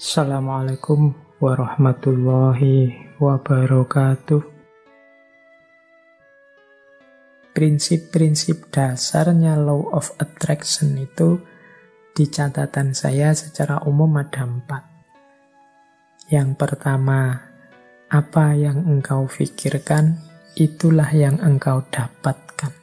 Assalamualaikum warahmatullahi wabarakatuh. Prinsip-prinsip dasarnya Law of Attraction itu di catatan saya secara umum ada 4. Yang pertama, apa yang engkau pikirkan, itulah yang engkau dapatkan.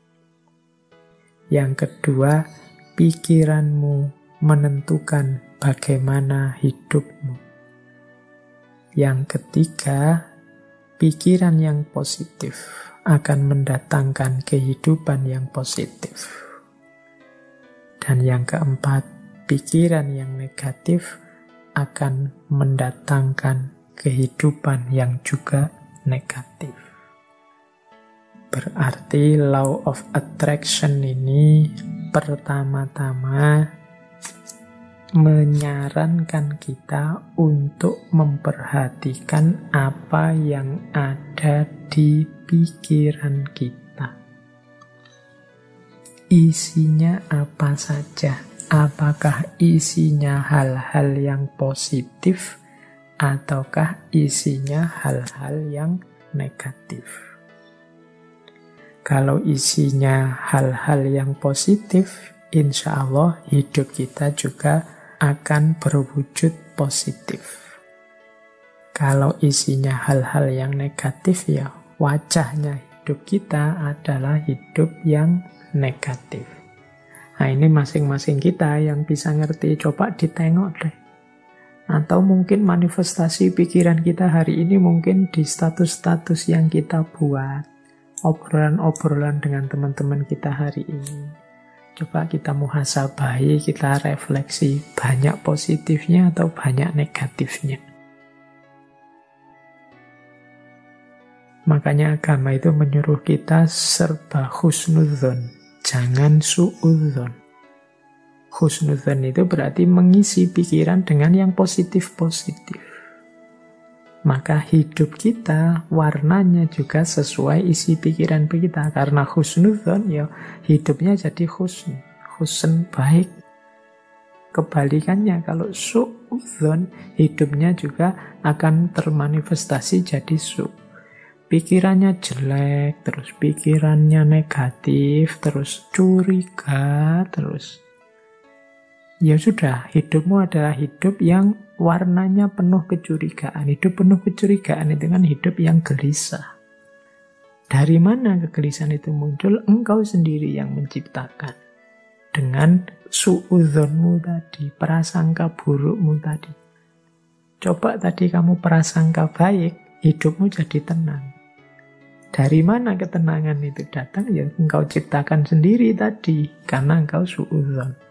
Yang kedua, pikiranmu menentukan bagaimana hidupmu. Yang ketiga, pikiran yang positif akan mendatangkan kehidupan yang positif. Dan yang keempat, pikiran yang negatif akan mendatangkan kehidupan yang juga negatif. Berarti Law of Attraction ini pertama-tama menyarankan kita untuk memperhatikan apa yang ada di pikiran kita. Isinya apa saja? Apakah isinya hal-hal yang positif ataukah isinya hal-hal yang negatif? Kalau isinya hal-hal yang positif, insya Allah hidup kita juga akan berwujud positif. Kalau isinya hal-hal yang negatif, ya wajahnya hidup kita adalah hidup yang negatif. Nah, ini masing-masing kita yang bisa ngerti, coba ditengok deh. Atau mungkin manifestasi pikiran kita hari ini mungkin di status-status yang kita buat, obrolan-obrolan dengan teman-teman kita hari ini. Coba kita muhasabahi, kita refleksi, banyak positifnya atau banyak negatifnya. Makanya agama itu menyuruh kita serba husnudzon, jangan suudzon. Husnudzon itu berarti mengisi pikiran dengan yang positif-positif. Maka hidup kita warnanya juga sesuai isi pikiran kita. Karena husnudzon, ya hidupnya jadi husn. Husn baik. Kebalikannya, kalau suudzon, hidupnya juga akan termanifestasi jadi su. Pikirannya jelek, terus pikirannya negatif, terus curiga, terus ya sudah, hidupmu adalah hidup yang warnanya penuh kecurigaan. Hidup penuh kecurigaan itu kan hidup yang gelisah. Dari mana kegelisahan itu muncul? Engkau sendiri yang menciptakan. Dengan suudzonmu tadi, prasangka burukmu tadi. Coba tadi kamu prasangka baik, hidupmu jadi tenang. Dari mana ketenangan itu datang? Ya engkau ciptakan sendiri tadi, karena engkau suudzon.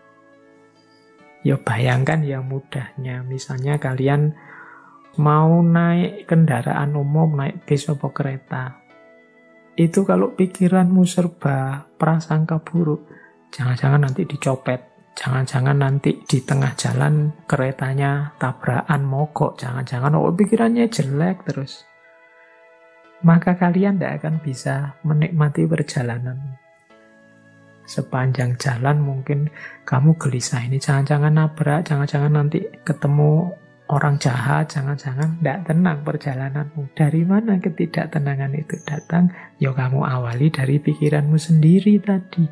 Ya bayangkan ya mudahnya, misalnya kalian mau naik kendaraan umum, naik bis atau kereta. Itu kalau pikiranmu serba prasangka buruk, jangan-jangan nanti dicopet, jangan-jangan nanti di tengah jalan keretanya tabrakan mogok, jangan-jangan pikirannya jelek terus. Maka kalian tidak akan bisa menikmati perjalanan. Sepanjang jalan mungkin kamu gelisah, ini jangan-jangan nabrak, jangan-jangan nanti ketemu orang jahat, jangan-jangan tidak tenang perjalananmu. Dari mana ketidaktenangan itu datang? Ya kamu awali dari pikiranmu sendiri tadi.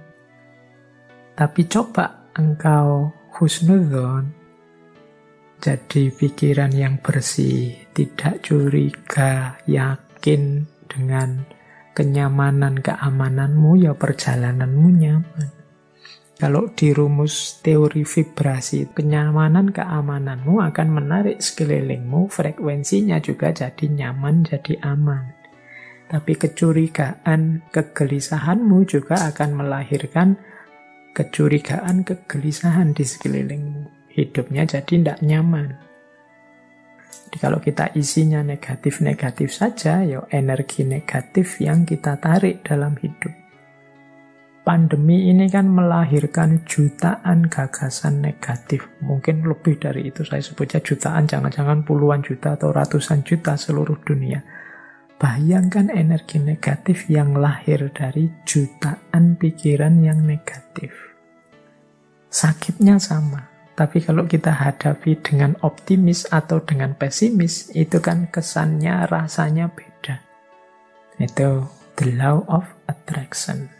Tapi coba engkau husnudzon, jadi pikiran yang bersih, tidak curiga, yakin dengan kenyamanan, keamananmu, ya perjalananmu nyaman. Kalau di rumus teori vibrasi, kenyamanan, keamananmu akan menarik sekelilingmu, frekuensinya juga jadi nyaman, jadi aman. Tapi kecurigaan, kegelisahanmu juga akan melahirkan kecurigaan, kegelisahan di sekelilingmu. Hidupnya jadi tidak nyaman. Jadi kalau kita isinya negatif-negatif saja, ya energi negatif yang kita tarik dalam hidup. Pandemi ini kan melahirkan jutaan gagasan negatif. Mungkin lebih dari itu, saya sebutnya jutaan, jangan-jangan puluhan juta atau ratusan juta seluruh dunia. Bayangkan energi negatif yang lahir dari jutaan pikiran yang negatif. Sakitnya sama. Tapi kalau kita hadapi dengan optimis atau dengan pesimis, itu kan kesannya, rasanya beda. Itu the law of attraction.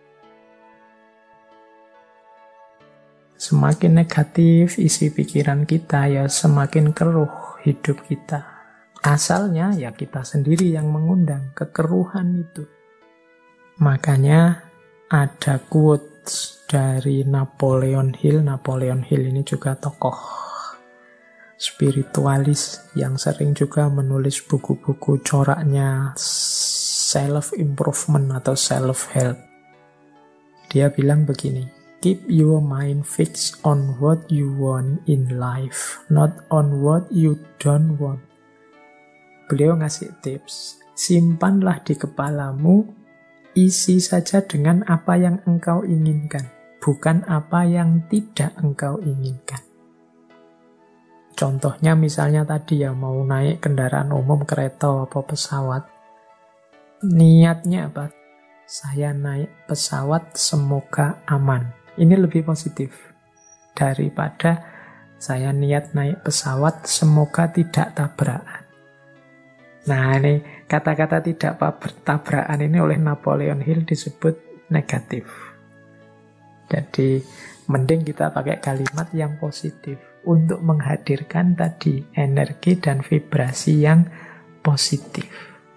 Semakin negatif isi pikiran kita, ya semakin keruh hidup kita. Asalnya ya kita sendiri yang mengundang kekeruhan itu. Makanya ada quotes dari Napoleon Hill. Napoleon Hill ini juga tokoh spiritualis yang sering juga menulis buku-buku coraknya self-improvement atau self-help. Dia bilang begini, keep your mind fixed on what you want in life, not on what you don't want. Beliau ngasih tips, simpanlah di kepalamu, isi saja dengan apa yang engkau inginkan, bukan apa yang tidak engkau inginkan. Contohnya misalnya tadi ya, mau naik kendaraan umum, kereta apa pesawat. Niatnya apa? Saya naik pesawat semoga aman. Ini lebih positif daripada saya niat naik pesawat semoga tidak tabrakan. Nah, ini kata-kata tidak bertabrakan ini oleh Napoleon Hill disebut negatif. Jadi, mending kita pakai kalimat yang positif untuk menghadirkan tadi energi dan vibrasi yang positif.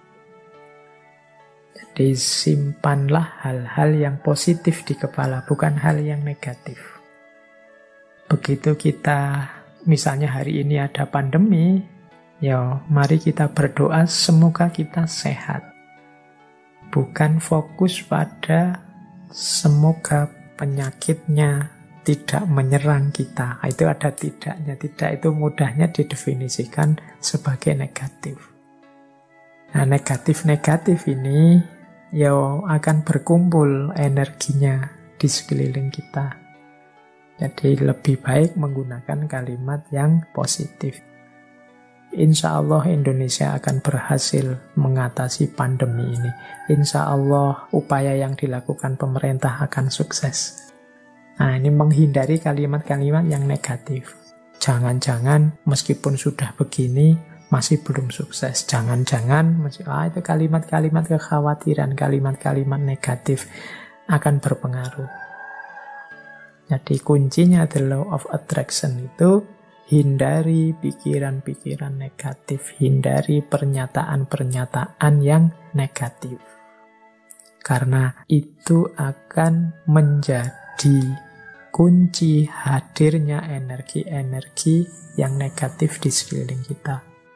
Jadi, simpanlah hal-hal yang positif di kepala, bukan hal yang negatif. Begitu kita, misalnya hari ini ada pandemi, ya, mari kita berdoa semoga kita sehat. Bukan fokus pada semoga penyakitnya tidak menyerang kita. Itu ada tidaknya. Tidak itu mudahnya didefinisikan sebagai negatif. Nah, negatif-negatif ini ya akan berkumpul energinya di sekeliling kita. Jadi lebih baik menggunakan kalimat yang positif. Insya Allah Indonesia akan berhasil mengatasi pandemi ini. Insya Allah upaya yang dilakukan pemerintah akan sukses. Nah, ini menghindari kalimat-kalimat yang negatif. Jangan-jangan meskipun sudah begini masih belum sukses. Jangan-jangan itu kalimat-kalimat kekhawatiran, kalimat-kalimat negatif akan berpengaruh. Jadi kuncinya the law of attraction itu hindari pikiran-pikiran negatif, hindari pernyataan-pernyataan yang negatif. Karena itu akan menjadi kunci hadirnya energi-energi yang negatif di sekeliling kita.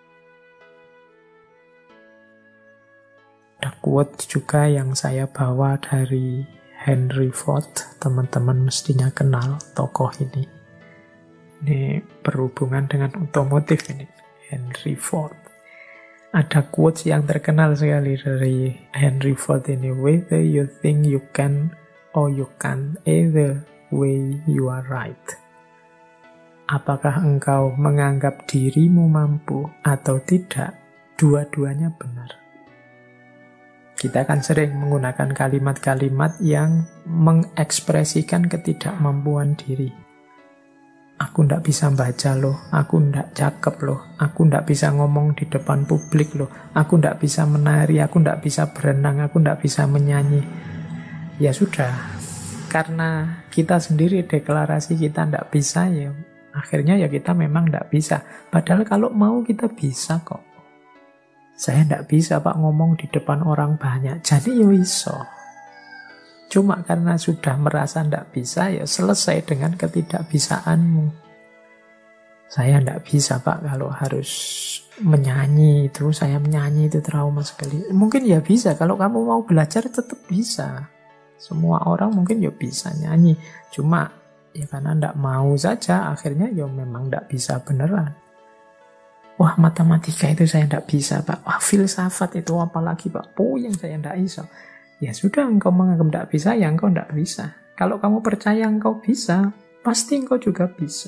Ada quote juga yang saya bawa dari Henry Ford, teman-teman mestinya kenal tokoh ini. Ini berhubungan dengan otomotif ini, Henry Ford. Ada quotes yang terkenal sekali dari Henry Ford ini. Whether you think you can or you can't, either way you are right. Apakah engkau menganggap dirimu mampu atau tidak, dua-duanya benar. Kita akan sering menggunakan kalimat-kalimat yang mengekspresikan ketidakmampuan diri. Aku ndak bisa baca loh, aku ndak cakep loh, aku ndak bisa ngomong di depan publik loh, aku ndak bisa menari, aku ndak bisa berenang, aku ndak bisa menyanyi. Ya sudah, karena kita sendiri deklarasi kita ndak bisa, ya akhirnya ya kita memang ndak bisa. Padahal kalau mau kita bisa kok. Saya ndak bisa Pak ngomong di depan orang banyak, jadi yo iso. Cuma karena sudah merasa tidak bisa, ya selesai dengan ketidakbisaanmu. Saya tidak bisa Pak kalau harus menyanyi itu, saya menyanyi itu trauma sekali. Mungkin ya bisa, kalau kamu mau belajar tetap bisa. Semua orang mungkin ya bisa nyanyi. Cuma ya karena tidak mau saja, akhirnya ya memang tidak bisa beneran. Wah, matematika itu saya tidak bisa Pak. Wah, filsafat itu apalagi Pak. Puyeng saya tidak bisa. Ya sudah, engkau menganggap tidak bisa, ya engkau tidak bisa. Kalau kamu percaya engkau bisa, pasti engkau juga bisa.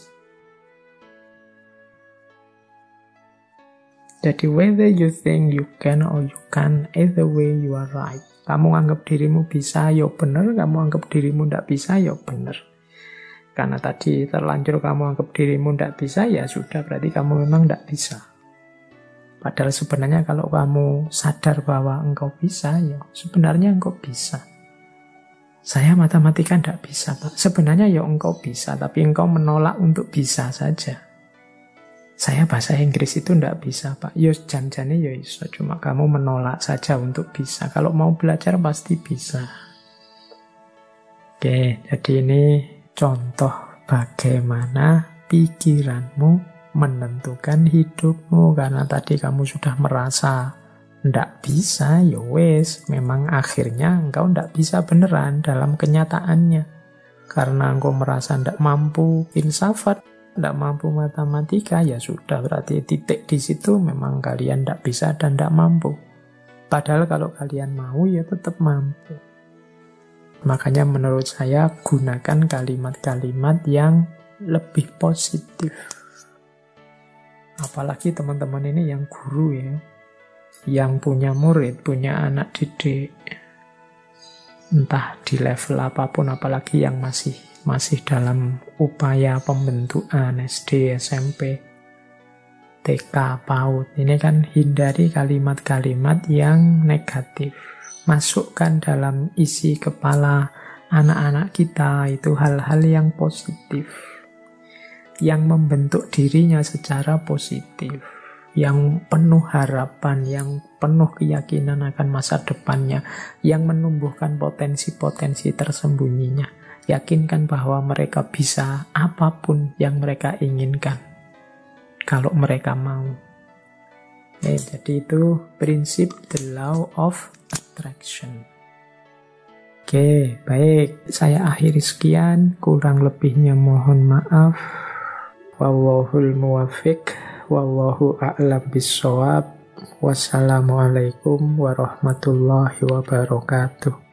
Jadi whether you think you can or you can't, either way you are right. Kamu anggap dirimu bisa, ya benar. Kamu anggap dirimu tidak bisa, ya benar. Karena tadi terlanjur kamu anggap dirimu tidak bisa, ya sudah, berarti kamu memang tidak bisa. Padahal sebenarnya kalau kamu sadar bahwa engkau bisa, ya sebenarnya engkau bisa. Saya matematika tidak bisa, Pak. Sebenarnya ya engkau bisa, tapi engkau menolak untuk bisa saja. Saya bahasa Inggris itu tidak bisa, Pak. Ya jan-jane ya iso, cuma kamu menolak saja untuk bisa. Kalau mau belajar pasti bisa. Oke, jadi ini contoh bagaimana pikiranmu menentukan hidupmu. Karena tadi kamu sudah merasa ndak bisa, ya wes, memang akhirnya engkau ndak bisa beneran dalam kenyataannya. Karena engkau merasa ndak mampu filsafat, ndak mampu matematika, ya sudah, berarti titik di situ memang kalian ndak bisa dan ndak mampu. Padahal kalau kalian mau, ya tetap mampu. Makanya menurut saya gunakan kalimat-kalimat yang lebih positif. Apalagi teman-teman ini yang guru ya, yang punya murid, punya anak didik. Entah di level apapun, apalagi yang masih dalam upaya pembentukan SD, SMP, TK, PAUD. Ini kan hindari kalimat-kalimat yang negatif. Masukkan dalam isi kepala anak-anak kita itu hal-hal yang positif, yang membentuk dirinya secara positif, yang penuh harapan, yang penuh keyakinan akan masa depannya, yang menumbuhkan potensi-potensi tersembunyinya. Yakinkan bahwa mereka bisa apapun yang mereka inginkan, kalau mereka mau. Jadi itu prinsip the law of attraction. Oke, baik. Saya akhiri sekian. Kurang lebihnya mohon maaf. Wallahul muwaffiq. Wallahu a'lam bissawab. Wassalamualaikum warahmatullahi wabarakatuh.